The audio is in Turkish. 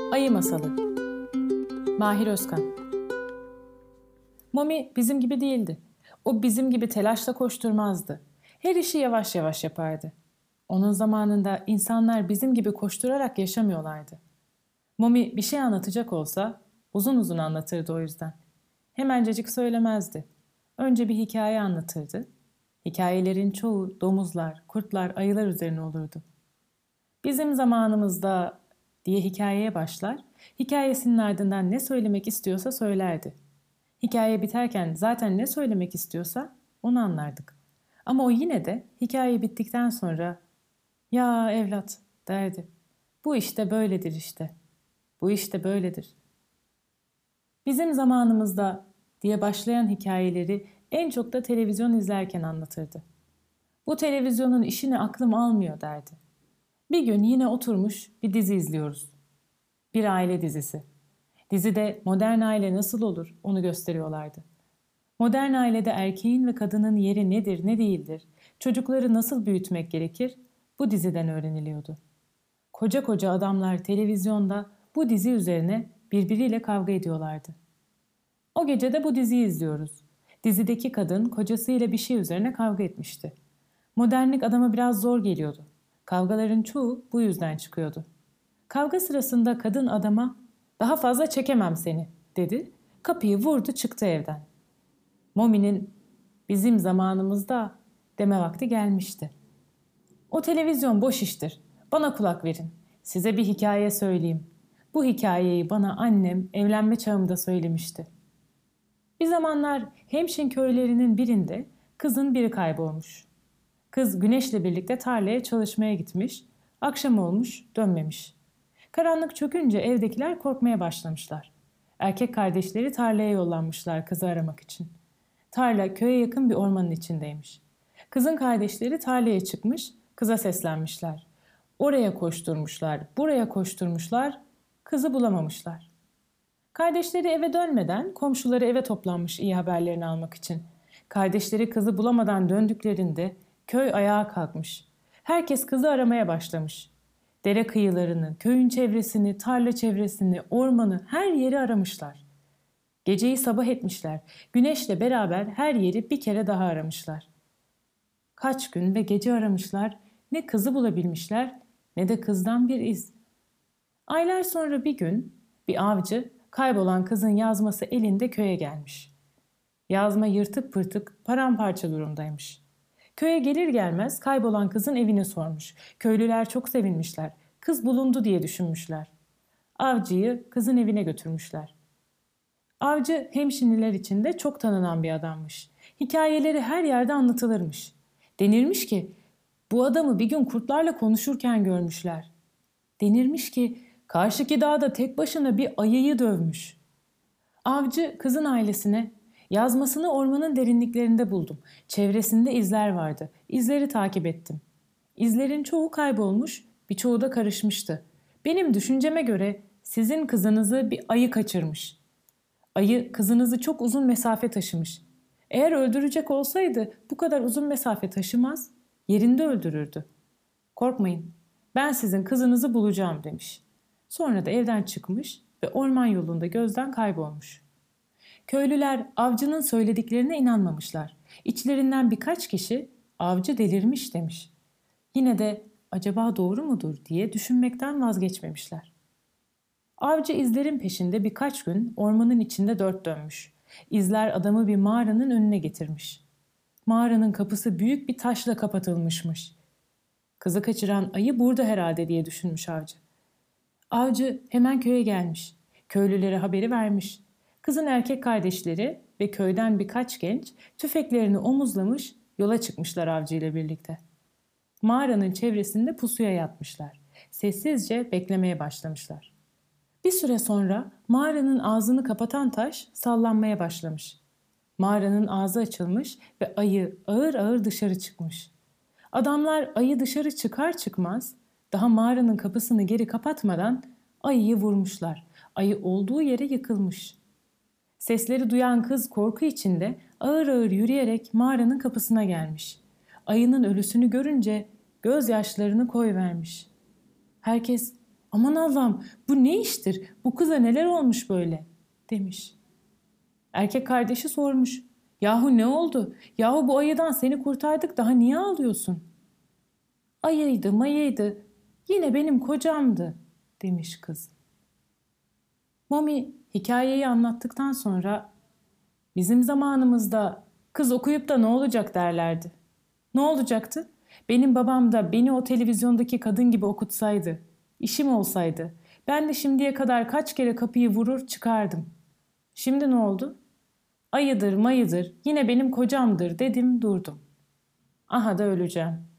Ayı Masalı. Mahir Özkan. Momi bizim gibi değildi. O bizim gibi telaşla koşturmazdı. Her işi yavaş yavaş yapardı. Onun zamanında insanlar bizim gibi koşturarak yaşamıyorlardı. Momi bir şey anlatacak olsa uzun uzun anlatırdı o yüzden. Hemencecik söylemezdi. Önce bir hikaye anlatırdı. Hikayelerin çoğu domuzlar, kurtlar, ayılar üzerine olurdu. Bizim zamanımızda diye hikayeye başlar, hikayesinin ardından ne söylemek istiyorsa söylerdi. Hikaye biterken zaten ne söylemek istiyorsa onu anlardık. Ama o yine de hikaye bittikten sonra "Ya evlat" derdi. "Bu işte böyledir işte. Bu işte böyledir." Bizim zamanımızda diye başlayan hikayeleri en çok da televizyon izlerken anlatırdı. "Bu televizyonun işini aklım almıyor" derdi. Bir gün yine oturmuş bir dizi izliyoruz. Bir aile dizisi. Dizide modern aile nasıl olur onu gösteriyorlardı. Modern ailede erkeğin ve kadının yeri nedir ne değildir, çocukları nasıl büyütmek gerekir bu diziden öğreniliyordu. Koca koca adamlar televizyonda bu dizi üzerine birbiriyle kavga ediyorlardı. O gece de bu diziyi izliyoruz. Dizideki kadın kocasıyla bir şey üzerine kavga etmişti. Modernlik adama biraz zor geliyordu. Kavgaların çoğu bu yüzden çıkıyordu. Kavga sırasında kadın adama "Daha fazla çekemem seni" dedi. Kapıyı vurdu çıktı evden. Momi'nin "Bizim zamanımızda" deme vakti gelmişti. "O televizyon boş iştir. Bana kulak verin. Size bir hikaye söyleyeyim. Bu hikayeyi bana annem evlenme çağımda söylemişti." Bir zamanlar Hemşin köylerinin birinde kızın biri kaybolmuş. Kız güneşle birlikte tarlaya çalışmaya gitmiş, akşam olmuş, dönmemiş. Karanlık çökünce evdekiler korkmaya başlamışlar. Erkek kardeşleri tarlaya yollanmışlar kızı aramak için. Tarla köye yakın bir ormanın içindeymiş. Kızın kardeşleri tarlaya çıkmış, kıza seslenmişler. Oraya koşturmuşlar, buraya koşturmuşlar, kızı bulamamışlar. Kardeşleri eve dönmeden komşuları eve toplanmış iyi haberlerini almak için. Kardeşleri kızı bulamadan döndüklerinde köy ayağa kalkmış. Herkes kızı aramaya başlamış. Dere kıyılarını, köyün çevresini, tarla çevresini, ormanı, her yeri aramışlar. Geceyi sabah etmişler. Güneşle beraber her yeri bir kere daha aramışlar. Kaç gün ve gece aramışlar, ne kızı bulabilmişler ne de kızdan bir iz. Aylar sonra bir gün bir avcı kaybolan kızın yazması elinde köye gelmiş. Yazma yırtık pırtık, paramparça durumdaymış. Köye gelir gelmez kaybolan kızın evini sormuş. Köylüler çok sevinmişler. Kız bulundu diye düşünmüşler. Avcıyı kızın evine götürmüşler. Avcı hemşinliler içinde çok tanınan bir adammış. Hikayeleri her yerde anlatılırmış. Denirmiş ki bu adamı bir gün kurtlarla konuşurken görmüşler. Denirmiş ki karşıki dağda tek başına bir ayıyı dövmüş. Avcı kızın ailesine yazmasını ormanın derinliklerinde buldum. Çevresinde izler vardı. İzleri takip ettim. İzlerin çoğu kaybolmuş, birçoğu da karışmıştı. Benim düşünceme göre sizin kızınızı bir ayı kaçırmış. Ayı kızınızı çok uzun mesafe taşımış. Eğer öldürecek olsaydı bu kadar uzun mesafe taşımaz, yerinde öldürürdü. Korkmayın, ben sizin kızınızı bulacağım demiş. Sonra da evden çıkmış ve orman yolunda gözden kaybolmuş. Köylüler avcının söylediklerine inanmamışlar. İçlerinden birkaç kişi avcı delirmiş demiş. Yine de acaba doğru mudur diye düşünmekten vazgeçmemişler. Avcı izlerin peşinde birkaç gün ormanın içinde dört dönmüş. İzler adamı bir mağaranın önüne getirmiş. Mağaranın kapısı büyük bir taşla kapatılmışmış. Kızı kaçıran ayı burada herhalde diye düşünmüş avcı. Avcı hemen köye gelmiş. Köylülere haberi vermiş. Kızın erkek kardeşleri ve köyden birkaç genç tüfeklerini omuzlamış yola çıkmışlar avcı ile birlikte. Mağaranın çevresinde pusuya yatmışlar. Sessizce beklemeye başlamışlar. Bir süre sonra mağaranın ağzını kapatan taş sallanmaya başlamış. Mağaranın ağzı açılmış ve ayı ağır ağır dışarı çıkmış. Adamlar ayı dışarı çıkar çıkmaz daha mağaranın kapısını geri kapatmadan ayıyı vurmuşlar. Ayı olduğu yere yıkılmış. Sesleri duyan kız korku içinde ağır ağır yürüyerek mağaranın kapısına gelmiş. Ayının ölüsünü görünce gözyaşlarını koyvermiş. Herkes Aman Allah'ım, bu ne iştir? Bu kıza neler olmuş böyle? Demiş. Erkek kardeşi sormuş. Yahu ne oldu? Yahu bu ayıdan seni kurtardık, daha niye ağlıyorsun? Ayıydı mayıydı, yine benim kocamdı, demiş kız. Momi hikayeyi anlattıktan sonra bizim zamanımızda kız okuyup da ne olacak derlerdi. Ne olacaktı? Benim babam da beni o televizyondaki kadın gibi okutsaydı, işim olsaydı, ben de şimdiye kadar kaç kere kapıyı vurur çıkardım. Şimdi ne oldu? Ayıdır mayıdır, yine benim kocamdır dedim durdum. Aha da öleceğim.